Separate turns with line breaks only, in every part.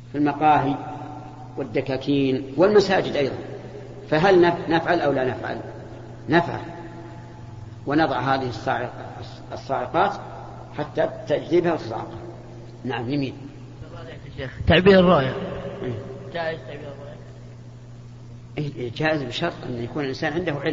في المقاهي والدكاكين والمساجد أيضا، فهل نفعل أو لا نفعل؟ نفعل، ونضع هذه الصاعقات حتى تجذبها وتصعقها. نعم. يمين.
تعبير الرؤيا جائز؟ تعبير الرؤيا
جائز بشرط أن يكون الإنسان عنده علم.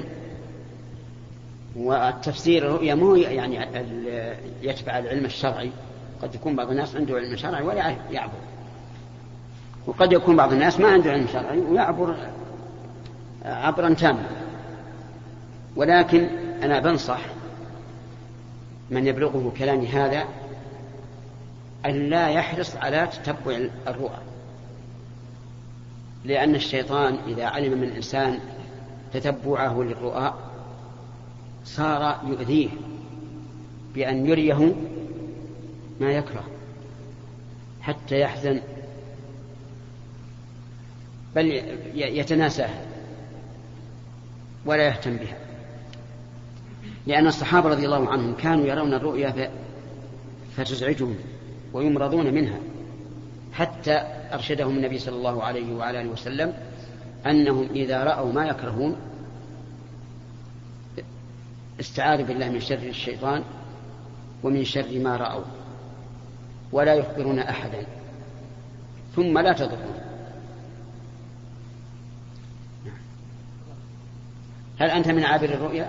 والتفسير الرؤيا مو يعني يتبع العلم الشرعي، قد يكون بعض الناس عنده علم شرعي ولا يعبر، وقد يكون بعض الناس ما عنده علم شرعي ويعبر عبرا تاما. ولكن أنا بنصح من يبلغه كلامي هذا أن لا يحرص على تتبع الرؤى، لأن الشيطان إذا علم من الإنسان تتبعه للرؤى صار يؤذيه بأن يريه ما يكره حتى يحزن، بل يتناساها ولا يهتم بها. لأن الصحابة رضي الله عنهم كانوا يرون الرؤيا فتزعجهم ويمرضون منها، حتى أرشدهم النبي صلى الله عليه وعلى آله وسلم أنهم إذا رأوا ما يكرهون استعاذوا بالله من شر الشيطان ومن شر ما رأوا، ولا يخبرون أحدا ثم لا تضرون. هل أنت من عابر الرؤيا؟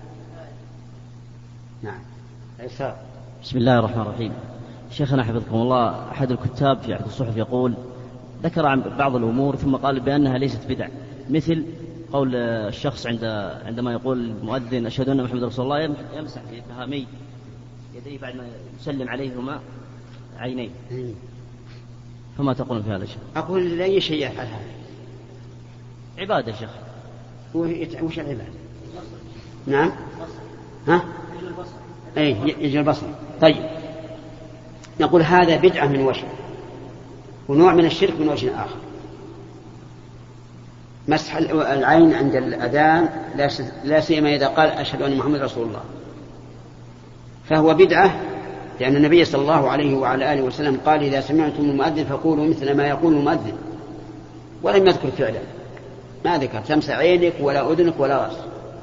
نعم.
بسم الله الرحمن الرحيم. شيخنا حفظكم الله، أحد الكتاب في أحد الصحف يقول ذكر عن بعض الأمور ثم قال بأنها ليست بدع، مثل قول الشخص عندما يقول المؤذن أشهد أن محمد رسول الله يمسح في فهامي يديه بعد ما يسلم عليهما عينيه، فما تقول في هذا الشيء؟
أقول لا شيء يفعل هذا،
عبادة شيخ.
وش العبادة؟ نعم. ها؟ أي يجي البصر. طيب، نقول هذا بدعة من وجه، ونوع من الشرك من وجه آخر. مسح العين عند الأذان لا سيما إذا قال أشهد أن محمد رسول الله، فهو بدعة، لأن النبي صلى الله عليه وعلى آله وسلم قال إذا سمعتم المؤذن فقولوا مثل ما يقول المؤذن، ولم يذكر فعلا، ما ذكر تمسح عينك ولا أذنك ولا رأس،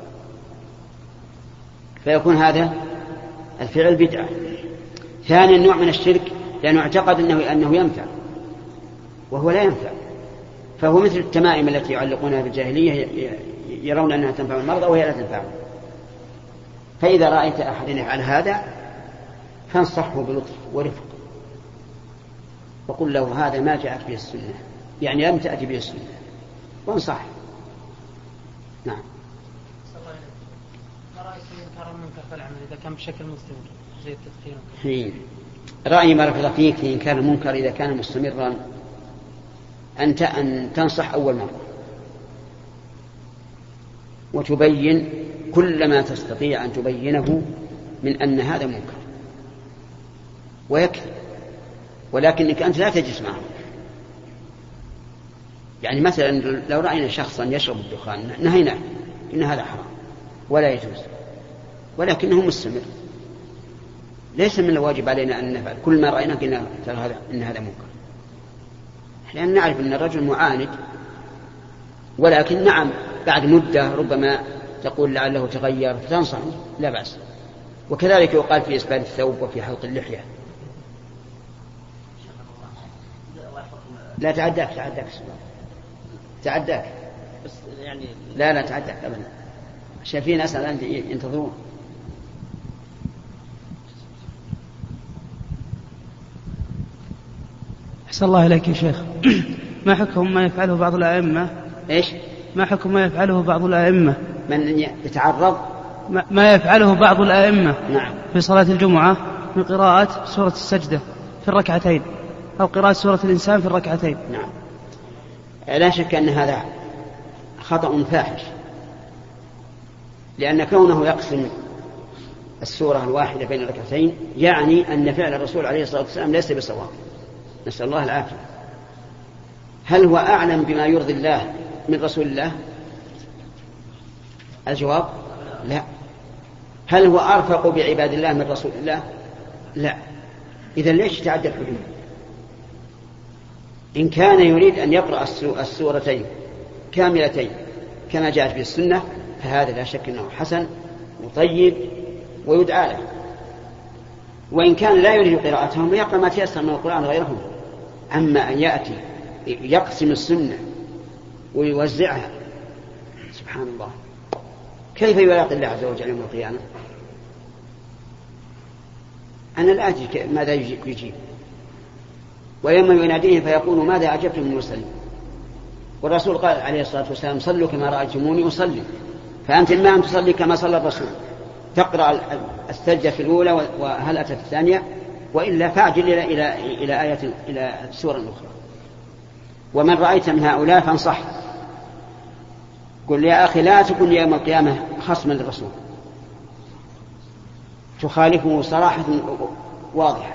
فيكون هذا الفعل بدعة. ثانيا نوع من الشرك، لأنه اعتقد أنه ينفع وهو لا ينفع، فهو مثل التمائم التي يعلقونها في الجاهلية، يرون أنها تنفع المرضى وهي لا تنفع. فإذا رأيت أحد يفعل هذا فانصحه بلطف ورفق، وقل له هذا ما جاءت به السنة، يعني لم تأتي به السنة، وانصح. نعم.
ما رأيك في إنكار المنكر في العمل إذا كان بشكل مستمر زي التدخين؟
رأيي بارك الله فيك في إنكار المنكر إذا كان مستمرا أن تنصح أول مرة وتبين كل ما تستطيع أن تبينه من أن هذا منكر ويكفي، ولكنك أنت لا تجلس معه. يعني مثلا لو رأينا شخصا يشرب الدخان نهيناه إن هذا حرام ولا يجوز، ولكنه مستمر، ليس من الواجب علينا أن نفعل كل ما رأينا قلنا ترى إن هذا منكر، لأن نعرف أن الرجل معاند، ولكن نعم بعد مدة ربما تقول لعله تغير فتنصحه لا بأس. وكذلك يقال في إسبال الثوب وفي حلق اللحية. لا تعداك
بس يعني
لا تعداك أبدا، عشان في ناس الآن ينتظرون.
أحسن الله إليك يا شيخ. ما حكم ما يفعله بعض الأئمة؟
إيش؟
ما حكم ما يفعله بعض الأئمة
من يتعرض
ما يفعله بعض الأئمة
نعم
في صلاة الجمعة من قراءة سورة السجدة في الركعتين أو قراءة سورة الإنسان في الركعتين؟
نعم، لا شك أن هذا خطأ فاحش، لأن كونه يقسم السورة الواحدة بين الركعتين يعني أن فعل الرسول عليه الصلاة والسلام ليس بصواب، نسأل الله العافية. هل هو أعلم بما يرضي الله من رسول الله؟ الجواب لا. هل هو أرفق بعباد الله من رسول الله؟ لا. إذن ليش تعدى الحدود؟ إن كان يريد أن يقرأ السورتين كاملتين كما جاءت في السنة فهذا لا شك أنه حسن وطيب ويدعى له. وإن كان لا يريد قراءتهم يقرأ ما تيسر من القرآن غيرهم. أما أن يأتي يقسم السنة ويوزعها، سبحان الله، كيف يلاقي الله عز وجل يوم القيامة؟ أنا لا أدري ماذا يجيب. ويوم يناديهم فيقول ماذا أعجبتم من المرسلين؟ والرسول قال عليه الصلاة والسلام صلوا كما رأيتموني أصلي، فأنت ما أن تصلي كما صلى الرسول، تقرأ السجدة في الأولى وهل أتت الثانية، وإلا فاعجل إلى آية إلى سورة أخرى. ومن رأيت من هؤلاء فانصح، قل يا أخي لا تكن يوم القيامة خصما للرسول، تخالفه صراحة واضحة.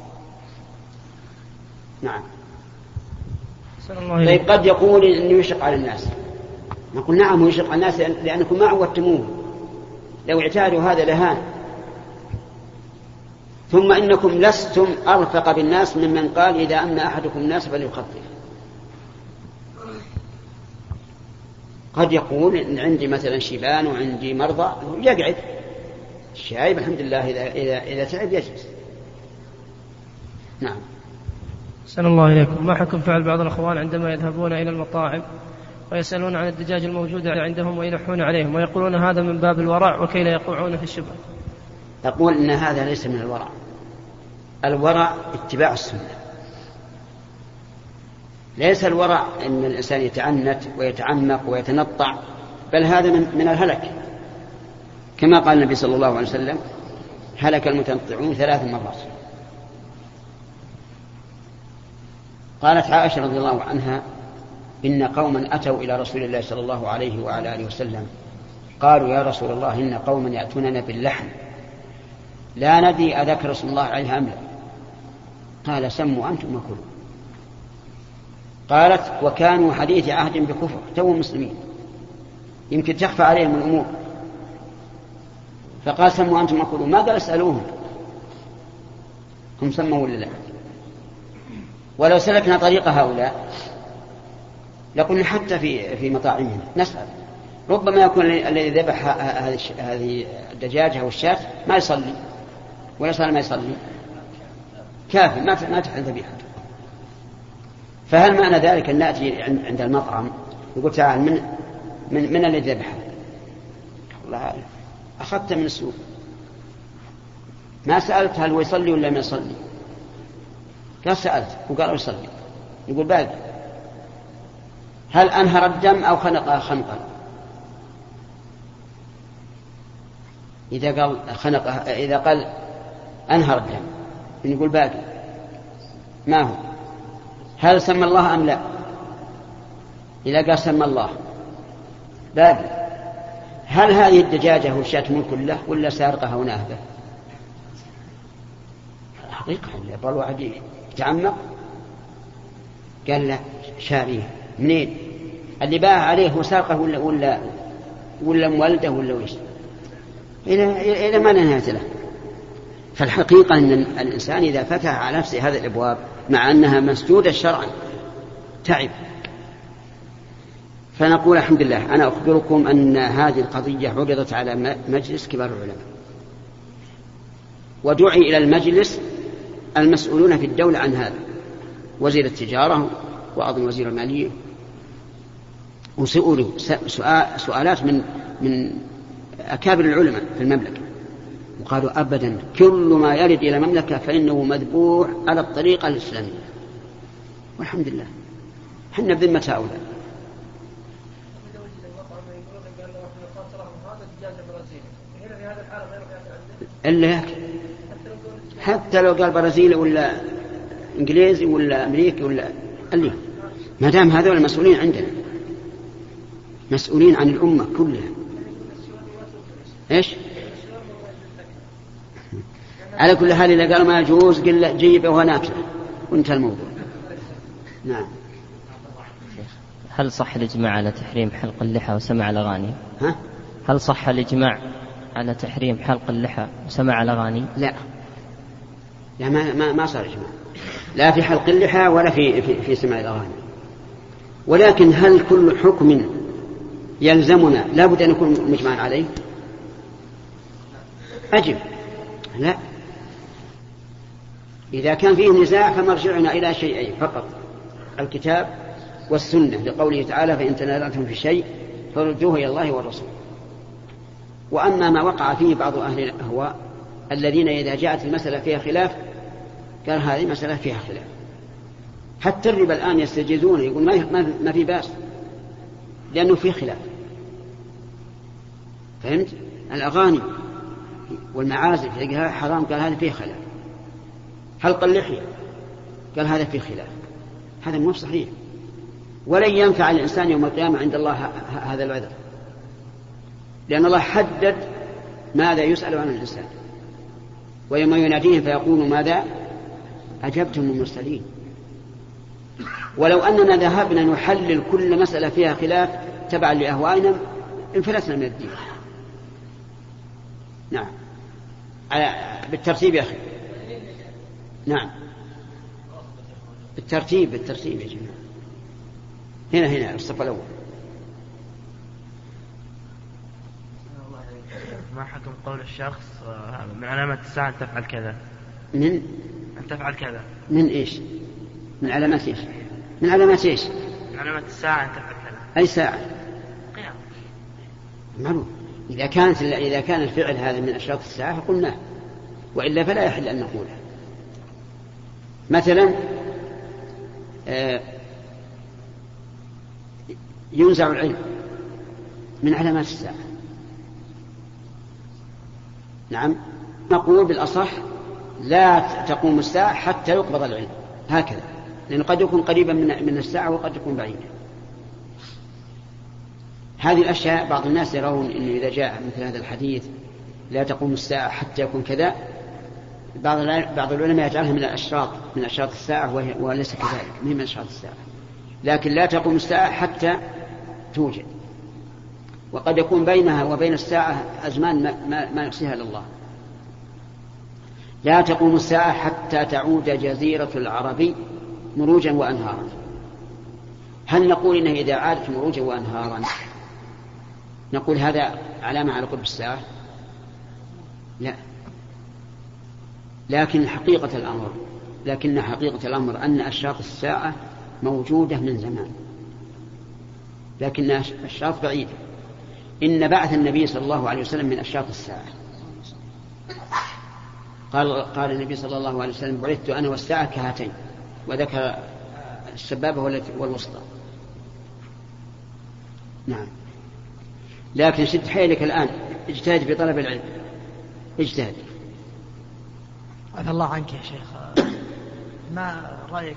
نعم. طيب قد يقول إنه يشق على الناس، نقول نعم يشق على الناس لأنكم ما عودتموه، لو اعتادوا هذا لهان. ثم إنكم لستم أرفق بالناس ممن قال إذا أما أحدكم الناس فليخفف. قد يقول إن عندي مثلا شيبان وعندي مرضى يقعد، الشايب الحمد لله إذا تعب يجلس. نعم.
أحسن الله إليكم. ما حكم فعل بعض الأخوان عندما يذهبون إلى المطاعم ويسألون عن الدجاج الموجودة عندهم ويلحون عليهم ويقولون هذا من باب الورع وكي لا يقعون في الشبهة؟
أقول إن هذا ليس من الورع. الورع اتباع السنة، ليس الورع أن الإنسان يتعنت ويتعمق ويتنطع، بل هذا من الهلك، كما قال النبي صلى الله عليه وسلم هلك المتنطعون 3 مرات. قالت عائشة رضي الله عنها إن قوما أتوا إلى رسول الله صلى الله عليه وعلى آله وسلم قالوا يا رسول الله إن قوما يأتوننا باللحم لا ندري أذكر اسم الله عليها أم لا. قال سموا أنتم وكلوا. قالت وكانوا حديث عهد بكفر، تو مسلمين يمكن تخفى عليهم الأمور، فقال سموا أنتم وكلوا. ما قال اسألوهم هم سموا ولا لا. ولو سلكنا طريق هؤلاء لقلنا حتى في مطاعمهم نسأل، ربما يكون الذي ذبح هذه الدجاجة والشاة ما يصلي، ويصلي ما يصلي كافر ما تحل ذبيحته. فهل معنى ذلك أن نأتي عند المطعم يقول تعال من الذي ذبحه؟ والله أخذت من السوق، ما سألت هل هو يصلي ولا ما يصلي. قال سألت وقال يصلي. يقول باقي هل أنهر الدم أو خنق خنقا؟ إذا قال خنق، إذا قال أنهر الدم يقول باقي ما هو؟ هل سمى الله أم لا؟ إذا قال سمى الله باقي هل هذه الدجاجة والشاة ملك له ولا سارقها وناهبه؟ حقيقة يبغى الواحد يتعمق. قال لا شاريه منين؟ اللي باع عليه وسارقه ولا مولده ولا ويش؟ إلى ما نهاية له. فالحقيقة أن الإنسان إذا فتح على نفسه هذه الأبواب مع أنها مسدودة شرعا تعب. فنقول الحمد لله. أنا أخبركم أن هذه القضية عرضت على مجلس كبار العلماء، ودعي إلى المجلس المسؤولون في الدولة عن هذا، وزير التجارة وأظن وزير المالية، وسئلوا سؤالات من أكابر العلماء في المملكة، وقالوا أبدا كل ما يرد إلى المملكة فإنه مذبوح على الطريقة الإسلامية. والحمد لله حنا بذمة هؤلاء. إلا حتى لو قال برازيلي ولا إنجليزي ولا أمريكي ولا اللي ما دام هذول المسؤولين عندنا مسؤولين عن الأمة كلها. إيش على كل حال إذا قال ما يجوز قل جيبه وناكله وانتهى الموضوع. نعم.
هل صح الإجماع على تحريم حلق اللحى وسماع الأغاني؟
هل
صح الإجماع على تحريم حلق اللحى وسماع الأغاني؟
لا ما صار إجماع. لا في حلق اللحى ولا في سماع الأغاني. ولكن هل كل حكم يلزمنا لا بد أن يكون مجمعا عليه؟ أجب لا. إذا كان فيه نزاع فمرجعنا إلى شيئين فقط: الكتاب والسنة، لقوله تعالى: فإن تنازعتم في شيء فردوه إلى الله والرسول. وأما ما وقع فيه بعض أهل الأهواء الذين إذا جاءت المسألة فيها خلاف قال هذه مسألة فيها خلاف. حتى الربا الآن يستجيزون، يقول ما في بأس لأنه فيه خلاف. فهمت؟ الأغاني والمعازف حرام قال هذا فيه خلاف. حلق اللحية قال هذا فيه خلاف. هذا مو صحيح، ولن ينفع الإنسان يوم القيامة عند الله هذا العذر، لأن الله حدد ماذا يسأل عن الإنسان، ويوم يناديهم فيقول ماذا أجبتم المرسلين. ولو أننا ذهبنا نحلل كل مسألة فيها خلاف تبعا لأهوائنا انفلتنا من الدين. نعم بالترتيب يا أخي. نعم بالترتيب يا جماعة. هنا الصف الأول.
ما حكم قول الشخص من علامات الساعة أن تفعل كذا؟
أن
تفعل كذا
من إيش؟ من علامات إيش؟ من علامات إيش؟
من علامات الساعة أن تفعل كذا.
أي ساعة؟
قيام.
معلوم. إذا كان الفعل هذا من أشراط الساعة فقلنا، وإلا فلا يحل أن نقوله. مثلا ينزع العلم من علامات الساعة. نعم نقول بالأصح لا تقوم الساعة حتى يقبض العلم، هكذا، لأنه قد يكون قريبا من الساعة وقد يكون بعيدا. هذه الأشياء بعض الناس يرون أنه إذا جاء مثل هذا الحديث لا تقوم الساعة حتى يكون كذا، بعض العلماء يجعلها من أشراط الساعة، وليس كذلك، من أشراط الساعة، لكن لا تقوم الساعة حتى توجد، وقد يكون بينها وبين الساعة أزمان ما يحصيها لله. لا تقوم الساعة حتى تعود جزيرة العرب مروجا وأنهارا. هل نقول إنه إذا عادت مروجا وأنهارا نقول هذا علامة على قرب الساعة؟ لا، لكن حقيقة الأمر أن أشراط الساعة موجودة من زمان، لكن أشراط بعيدة. إن بعث النبي صلى الله عليه وسلم من أشراط الساعة. قال النبي صلى الله عليه وسلم: بعثت أنا والساعة كهاتين، وذكر السبابة والوسطى. نعم، لكن شد حيلك الآن، اجتهد في طلب العلم، اجتهد.
عفى الله عنك يا شيخ، ما رأيك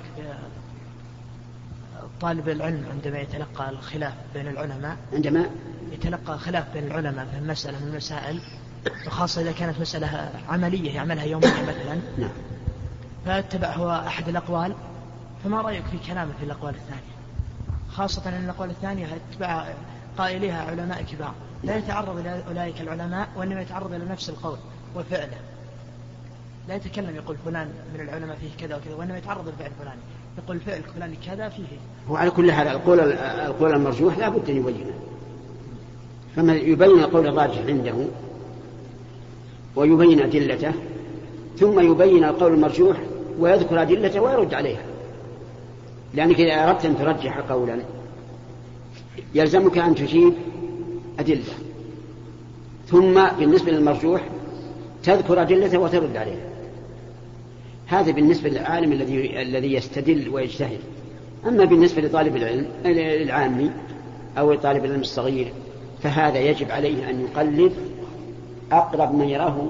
طالب العلم عندما يتلقى الخلاف بين العلماء، عندما يتلقى خلاف بين العلماء في مسألة من المسائل، وخاصة إذا كانت مسألة عملية يعملها يوميا مثلا، فاتبع هو أحد الأقوال، فما رأيك في كلامه في الأقوال الثانية، خاصة أن الأقوال الثانية اتبع قائليها علماء كبار، لا يتعرض إلى أولئك العلماء، وإنما يتعرض إلى نفس القول وفعله، لا يتكلم يقول فلان من العلماء فيه كذا وكذا، وإنما يتعرض للفعل الفلاني، يقول فعل فلان كذا فيه.
وعلى كل حال القول المرجوح لا بد أن يبينه، فما يبين القول الراجح عنده ويبين أدلته، ثم يبين القول المرجوح ويذكر أدلته ويرد عليها. لأنك إذا أردت أن ترجح قولا يلزمك أن تجيب أدلة، ثم بالنسبة للمرجوح تذكر أدلته وترد عليها. هذا بالنسبة للعالم الذي يستدل ويجتهد. أما بالنسبة لطالب العلم العامي أو طالب العلم الصغير فهذا يجب عليه أن يقلد أقرب من يراه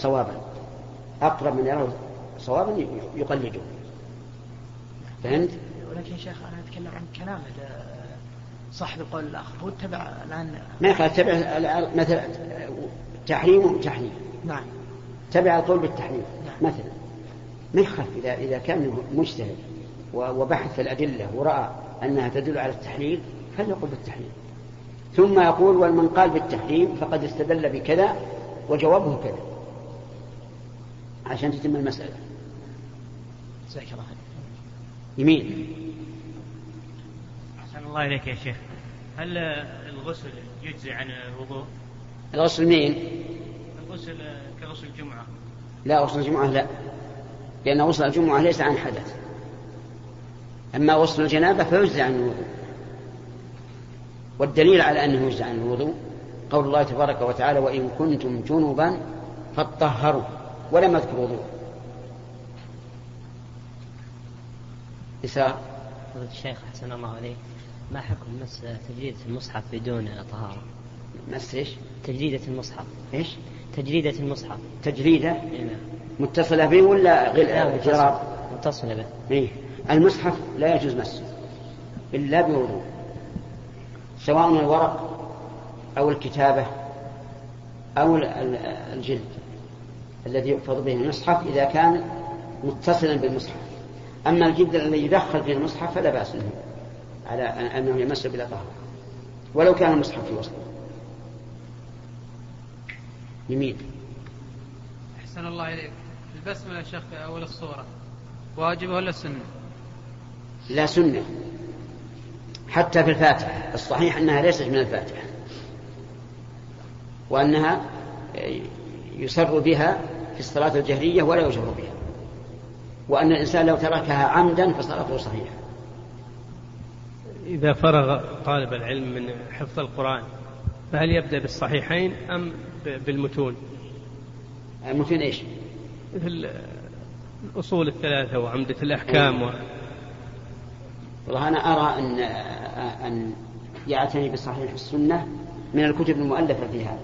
صوابا يقلده. فهمت؟
ولكن شيخ أنا أتكلم عن كلام صاحب القول الآخر، هو اتبع الآن
ما يخالف، تبع مثلا تحريم.
نعم،
تبع القول بالتحريم. نعم. مثلا ما يخالف إذا كان مجتهد وبحث في الأدلة ورأى أنها تدل على التحليل فليقل بالتحريم، ثم يقول ومن قال بالتحريم فقد استدل بكذا وجوابه كذا، عشان تتم المسألة.
جزاك الله خير.
يمين.
أحسن الله إليك يا شيخ. هل الغسل يجزي عن الوضوء؟
الغسل مين؟
الغسل كغسل الجمعة.
لا، غسل الجمعة لا، لأن غسل الجمعة ليس عن حدث. أما غسل الجنابة فيجزي عن الوضوء. والدليل على أنه يجزي عن الوضوء قول الله تبارك وتعالى: وإن كنتم جنبا فاطهروا، ولم يذكر وضوء. إساء
الشيخ أحسن الله عليك، ما حكم مس تجريدة المصحف بدون طهارة؟
مس إيش؟
تجريدة المصحف.
إيش؟
تجريدة المصحف.
تجريدة متصلة به ولا جراب؟
متصلة به.
إيه؟ المصحف لا يجوز مسه إلا بوضوء، سواء الورق أو الكتابة أو الجلد الذي يحفظ به المصحف إذا كان متصلا بالمصحف. أما الجلد الذي يدخل في المصحف فلا بأس له على أنه يمس بلا طهارة ولو كان المصحف في وسطه. يمين.
أحسن الله إليك. البسملة يا شيخ في أول الصورة واجبة ولا سنة؟
لا، سنة. حتى في الفاتحة الصحيح أنها ليست من الفاتحة، وأنها يسر بها في الصلاة الجهرية ولا يجهر بها، وأن الإنسان لو تركها عمدا فصلاته صحيحة.
إذا فرغ طالب العلم من حفظ القرآن فهل يبدأ بالصحيحين أم بالمتون؟
المتون إيش؟
مثل الأصول الثلاثة وعمدة الأحكام
والله أنا أرى أن يعتني بصحيح السنة من الكتب المؤلفة في هذا.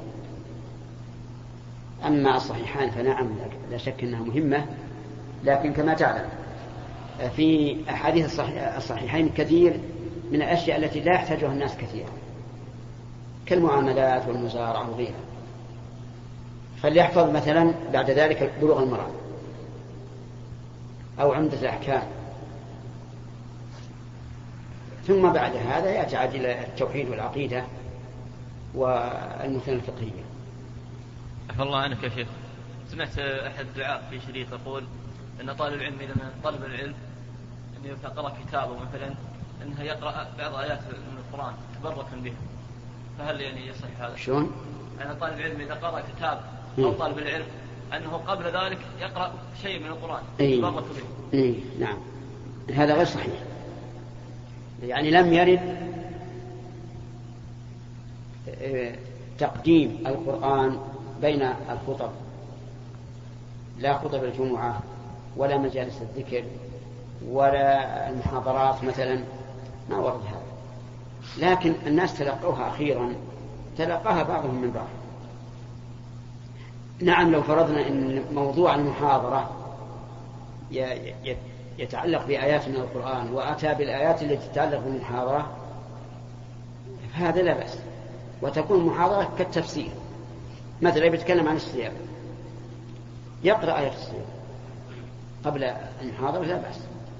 أما الصحيحان فنعم لا شك أنها مهمة، لكن كما تعلم في أحاديث الصحيحين كثير من الأشياء التي لا يحتاجها الناس كثيرا كالمعاملات والمزارعة وغيرها، فليحفظ مثلا بعد ذلك بلوغ المرأة أو عمدة الأحكام، ثم بعد هذا يأتي إلى التوحيد والعقيدة والمتون الفقهية.
عفى الله عنك يا شيخ، سمعت أحد الدعاء في شريط يقول أن طالب العلم إذا من طلب العلم أن يقرأ كتابه مثلا أنه يقرأ بعض آيات من القرآن تبركا بها، فهل يعني يصح هذا؟
شلون؟
أن طالب العلم إذا قرأ كتاب أو طالب العلم أنه قبل ذلك يقرأ شيء من القرآن تبرك به.
نعم، هذا غير صحيح. يعني لم يرد تقديم القرآن بين الخطب، لا خطب الجمعة ولا مجالس الذكر ولا المحاضرات مثلا، ما ورد هذا. لكن الناس تلقوها أخيرا، تلقاها بعضهم من بعض. نعم، لو فرضنا أن موضوع المحاضرة يتعلق بآيات من القرآن وأتى بالآيات التي تتعلق بالمحاضرة فهذا لا بأس، وتكون محاضرة كالتفسير. مثلا يتكلم عن الصيام يقرأ آيات الصيام قبل المحاضرة لا بأس.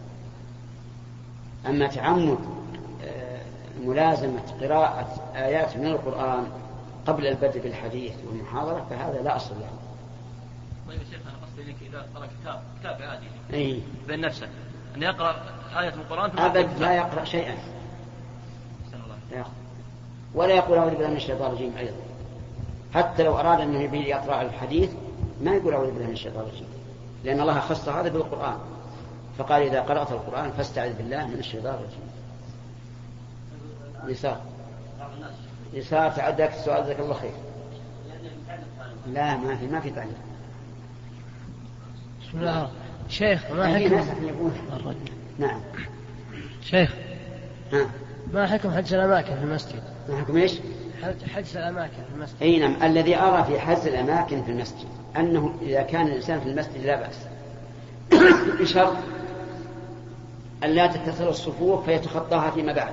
أما تعمد ملازمة قراءة آيات من القرآن قبل البدء بالحديث والمحاضرة فهذا لا أصل له.
طيب يا شيخ، أنا قصدي لك إذا قرأ كتاب عادي
أي
بين نفسه أن يقرأ آية من القرآن
أبد لا يقرأ شيئا، لا يقرأ. ولا يقول أعوذ بالله من الشيطان الرجيم أيضا، حتى لو أراد أن يقرأ الحديث ما يقول أعوذ بالله من الشيطان الرجيم، لأن الله خص هذا بالقرآن، فقال إذا قرأت القرآن فاستعذ بالله من الشيطان الرجيم. يسار تعدك السؤال، جزاك الله خير. لا، ما في تعليق.
بسم الله. شيخ، ما حكم
نعم
شيخ، ما حكم حجز الأماكن في المسجد؟
ما حكم إيش؟
حجز الأماكن في المسجد.
أي نعم، الذي أرى في حجز الأماكن في المسجد أنه إذا كان الإنسان في المسجد لا بأس بشرط أن لا تتصل الصفوف فيتخطاها فيما بعد.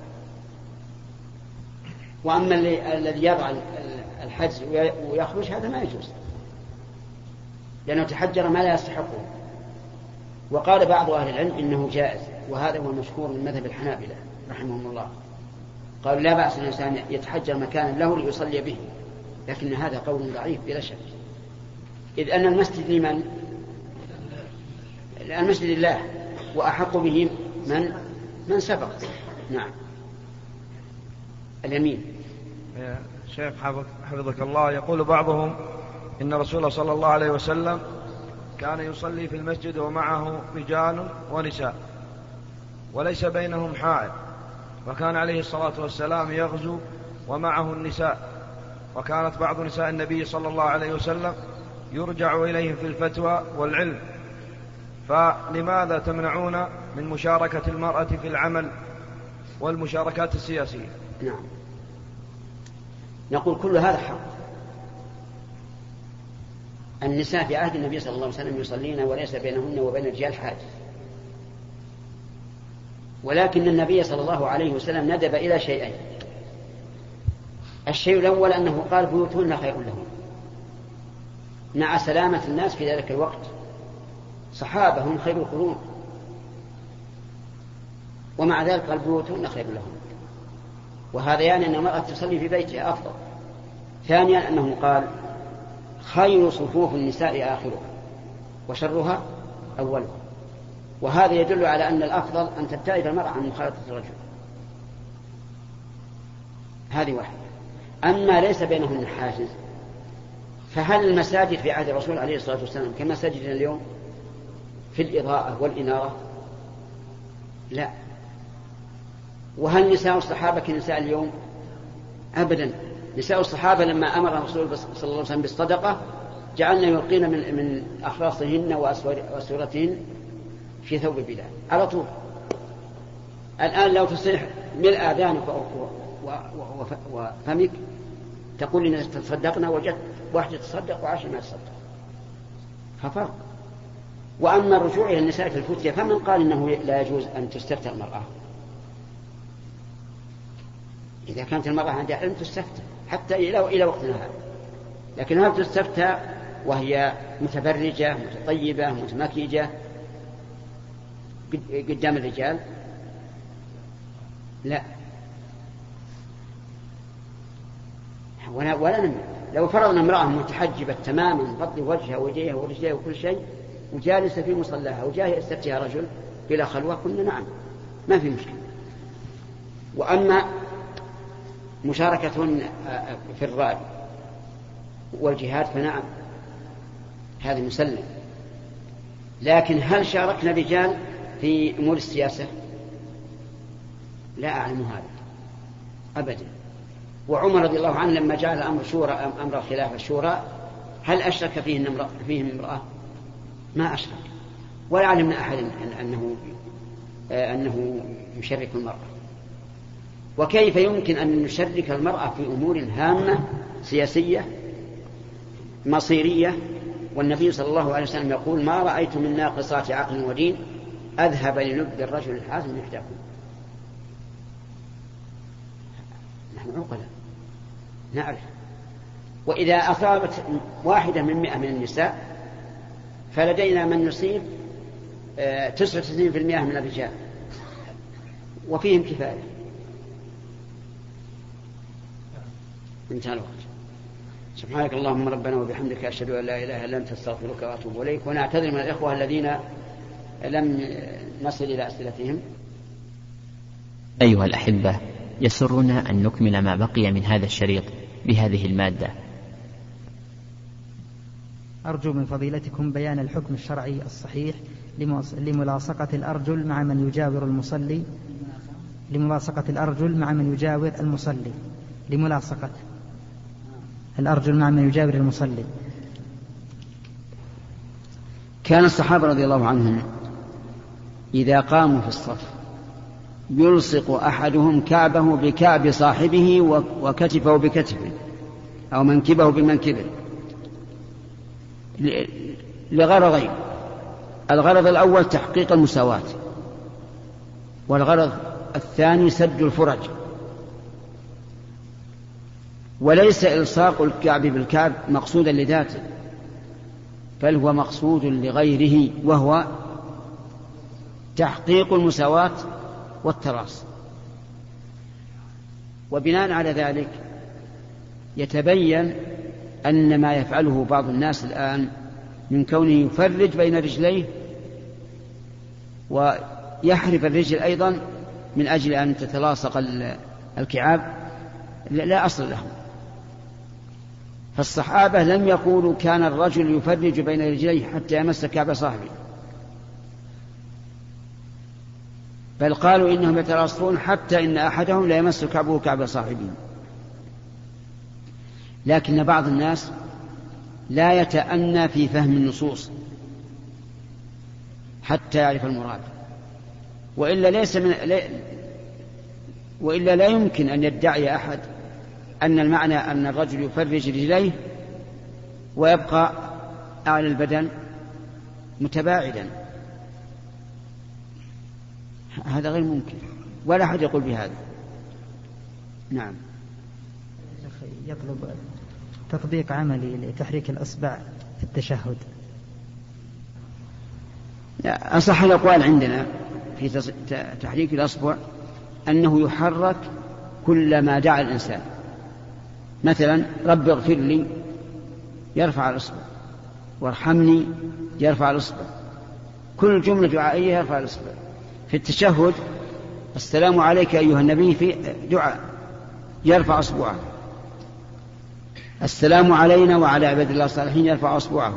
وأما الذي يضع الحجز ويخرج هذا ما يجوز، لأنه تحجر ما لا يستحقه. وقال بعض أهل العلم إنه جائز، وهذا هو المشهور من مذهب الحنابلة رحمهم الله، قالوا لا بأس الإنسان يتحجر مكانا له ليصلي به، لكن هذا قول ضعيف بلا شك، إذ أن المسجد لمن؟ المسجد لله، وأحق به من سبق. نعم. اليمين.
شيخ حفظك الله، يقول بعضهم إن رسول صلى الله عليه وسلم كان يصلي في المسجد ومعه رجال ونساء وليس بينهم حائل، وكان عليه الصلاة والسلام يغزو ومعه النساء، وكانت بعض نساء النبي صلى الله عليه وسلم يرجع إليهم في الفتوى والعلم، فلماذا تمنعون من مشاركة المرأة في العمل والمشاركات السياسية؟
نعم، نقول كل هذا حق. النساء في عهد النبي صلى الله عليه وسلم يصلين وليس بينهن وبين الرجال حاجز، ولكن النبي صلى الله عليه وسلم ندب إلى شيئين. الشيء الأول أنه قال بيوتهن خير لهم مع سلامة الناس في ذلك الوقت، صحابة هم خير القرون، ومع ذلك قال بيوتهن خير لهم، وهذا يعني أن المرأة تصلي في بيتها أفضل. ثانيا أنه قال خير صفوف النساء آخرها وشرها أولها، وهذا يدل على أن الأفضل أن تبتعد المرأة عن مخالطة الرجل. هذه واحدة. أما ليس بينهن حاجز، فهل المساجد في عهد الرسول عليه الصلاة والسلام كمساجدنا اليوم في الإضاءة والإنارة؟ لا. وهل نساء الصحابة كنساء اليوم؟ أبدا. نساء الصحابة لما أمر الرسول صلى الله عليه وسلم بالصدقة جعلنا يلقين من أخلاصهن وأسورتهن في ثوب بلال على طول. الآن لو تصيح ملء آذانك وفمك تقول لنا تصدقنا، وجدت واحدة تصدق وعشر ما تصدق، ففرق. وأما الرجوع إلى النساء في الفتية فمن قال إنه لا يجوز أن تستفتى المرأة؟ إذا كانت المرأة عندها علم تستفتى حتى إلى وقتنا هذا، لكن هل تستفتى وهي متبرجة متطيبة متمكيجة قدام الرجال؟ لا. ولا نمنع. لو فرضنا امرأة متحجبة تماما بطل وجهها ووجهها ورجلها وكل شيء وجالسة في مصلاها وجاء يستفتيها رجل بلا خلوة قلنا نعم ما في مشكلة. وأما مشاركتهن في الرأي والجهاد فنعم هذا مسلم، لكن هل شاركنا الرجال في أمور السياسة؟ لا أعلم هذا أبدا. وعمر رضي الله عنه لما جعل أمر شورى أمر الخلافة الشورى هل أشرك فيهم امرأة؟ ما أشرك، ولا علمنا أحد أنه يشرك المرأة. وكيف يمكن أن نشرك المرأة في أمور هامة سياسية مصيرية، والنبي صلى الله عليه وسلم يقول ما رأيت من ناقصات عقل ودين أذهب للب الرجل الحازم يحتاكم. نحن عقلاء نعرف. وإذا أصابت 1 من 100 من النساء فلدينا من يصيب 99% من الرجال وفيهم كفاية. انتهى الوقت. سبحانك اللهم ربنا وبحمدك أشهد أن لا إله إلا أنت أستغفرك وأتوب إليك. ونعتذر من الإخوة الذين لم نصل إلى أسئلتهم.
أيها الأحبة، يسرنا أن نكمل ما بقي من هذا الشريط بهذه المادة.
أرجو من فضيلتكم بيان الحكم الشرعي الصحيح لملاصقة الأرجل مع من يجاور المصلي. لملاصقة الأرجل مع من يجاور المصلي. لملاصقة الأرجل مع من يجاور المصلي.
كان الصحابة رضي الله عنهم إذا قاموا في الصف يلصق أحدهم كعبه بكعب صاحبه وكتفه بكتفه أو منكبه بمنكبه لغرضين. الغرض الأول تحقيق المساواة، والغرض الثاني سد الفرج. وليس إلصاق الكعب بالكعب مقصودا لذاته، بل هو مقصود لغيره، وهو تحقيق المساواة والتراص. وبناء على ذلك يتبين أن ما يفعله بعض الناس الآن من كونه يفرج بين رجليه ويحرف الرجل أيضا من أجل أن تتلاصق الكعاب لا أصل له. فالصحابة لم يقولوا كان الرجل يفرج بين رجليه حتى يمس كعب صاحبه، بل قالوا إنهم يتلاصقون حتى إن أحدهم لا يمس كعبه كعب صاحبه. لكن بعض الناس لا يتأنى في فهم النصوص حتى يعرف المراد، وإلا لا يمكن أن يدعي أحد أن المعنى أن الرجل يفرج رجليه ويبقى أعلى البدن متباعدا. هذا غير ممكن، ولا أحد يقول بهذا. نعم.
يطلب تطبيق عملي لتحريك الأصبع في التشهد.
أصح الأقوال عندنا في تحريك الأصبع أنه يحرك كلما دعا الإنسان. مثلا رب اغفر لي يرفع الأصبع، وارحمني يرفع الأصبع، كل جملة دعائية يرفع الأصبع. في التشهد السلام عليك أيها النبي في دعاء يرفع أصبعه، السلام علينا وعلى عباد الله الصالحين يرفع أصبعه،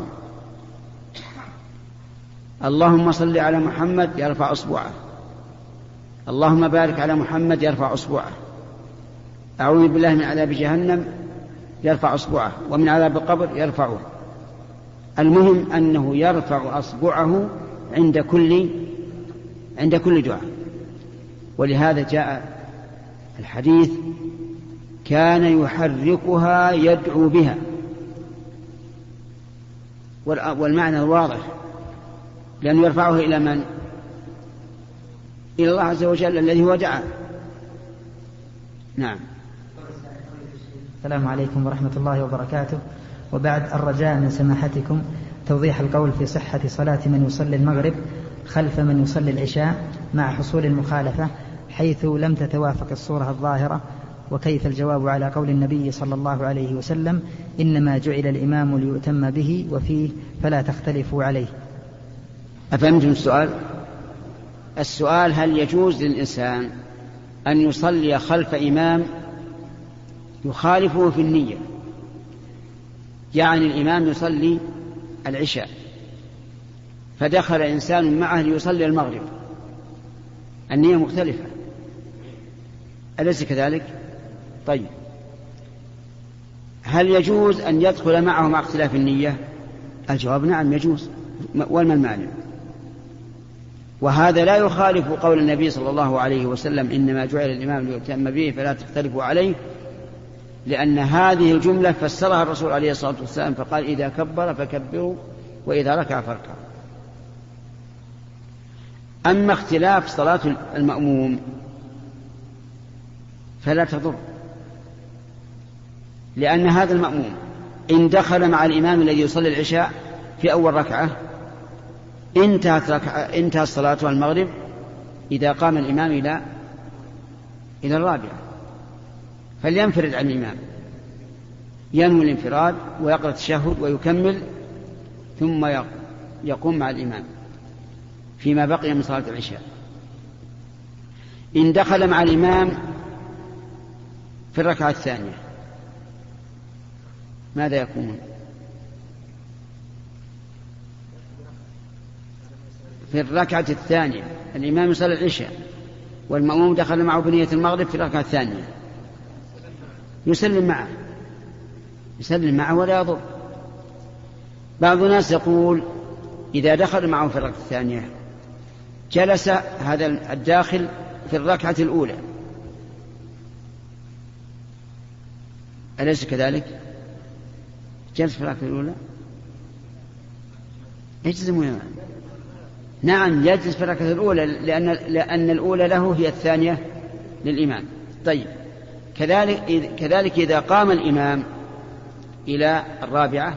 اللهم صل على محمد يرفع أصبعه، اللهم بارك على محمد يرفع أصبعه، أعوذ بالله من عذاب جهنم يرفع أصبعه، ومن عذاب القبر يرفعه. المهم أنه يرفع أصبعه عند كل دعاء. ولهذا جاء الحديث كان يحركها يدعو بها، والمعنى واضح، لأنه يرفعه إلى من؟ إلى الله عز وجل الذي هو دعا. نعم.
السلام عليكم ورحمة الله وبركاته. وبعد، الرجاء من سماحتكم توضيح القول في صحة صلاة من يصلي المغرب خلف من يصلي العشاء مع حصول المخالفة حيث لم تتوافق الصورة الظاهرة، وكيف الجواب على قول النبي صلى الله عليه وسلم إنما جعل الإمام ليؤتم به وفيه فلا تختلفوا عليه.
أفهمتم السؤال؟ السؤال هل يجوز للإنسان أن يصلي خلف إمام يخالفه في النية؟ يعني الإمام يصلي العشاء فدخل إنسان معه ليصلي المغرب، النية مختلفة، أليس كذلك؟ طيب، هل يجوز أن يدخل معه مع اختلاف النية؟ الجواب نعم يجوز، وما المانع؟ وهذا لا يخالف قول النبي صلى الله عليه وسلم إنما جعل الإمام ليؤتم به فلا تختلفوا عليه، لأن هذه الجملة فسرها الرسول عليه الصلاة والسلام فقال إذا كبر فكبروا وإذا ركع فاركعوا. أما اختلاف صلاة المأموم فلا تضر، لأن هذا المأموم إن دخل مع الإمام الذي يصلي العشاء في أول ركعة انتهت الصلاة المغرب إذا قام الإمام إلى الرابعة، فلينفرد عن الإمام، ينوي الانفراد ويقرأ التشهد ويكمل ثم يقوم مع الإمام فيما بقي من صلاة العشاء. إن دخل مع الإمام في الركعة الثانية ماذا يكون؟ في الركعة الثانية الإمام يصلي العشاء والمأموم دخل معه بنية المغرب في الركعة الثانية، يسلم معه ولا يضر. بعض الناس يقول إذا دخل معه في الركعة الثانية جلس هذا الداخل في الركعة الأولى، أليس كذلك؟ جلس في الركعة الأولى يجزم، نعم يجلس في الركعة الأولى لأن الأولى له هي الثانية للإمام. طيب، كذلك إذا قام الإمام إلى الرابعة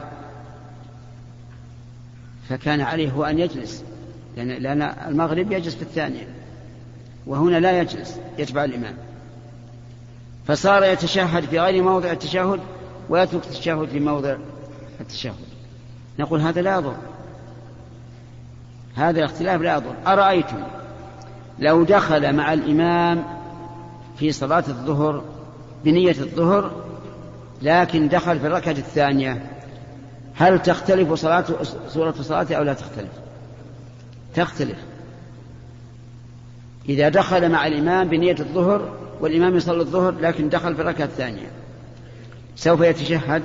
فكان عليه هو أن يجلس، لأن المغرب يجلس في الثانية وهنا لا يجلس، يتبع الإمام، فصار يتشهد في غير موضع التشهد ويترك التشهد في موضع التشهد. نقول هذا لا يضر، هذا الاختلاف لا يضر. أرأيتم لو دخل مع الإمام في صلاة الظهر بنية الظهر لكن دخل في الركعة الثانية، هل تختلف صورة صلاته أو لا تختلف؟ تختلف. إذا دخل مع الإمام بنية الظهر والإمام يصلي الظهر لكن دخل في الركعة الثانية سوف يتشهد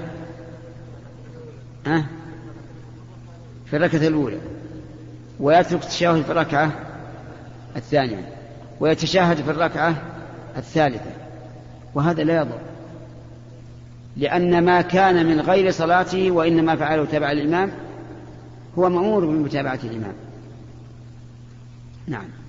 في الركعة الأولى ويترك التشهد في الركعة الثانية ويتشهد في الركعة الثالثة، وهذا لا يضر، لأن ما كان من غير صلاته وإنما فعله تبع الإمام هو مأمور بمتابعة الإمام. نعم.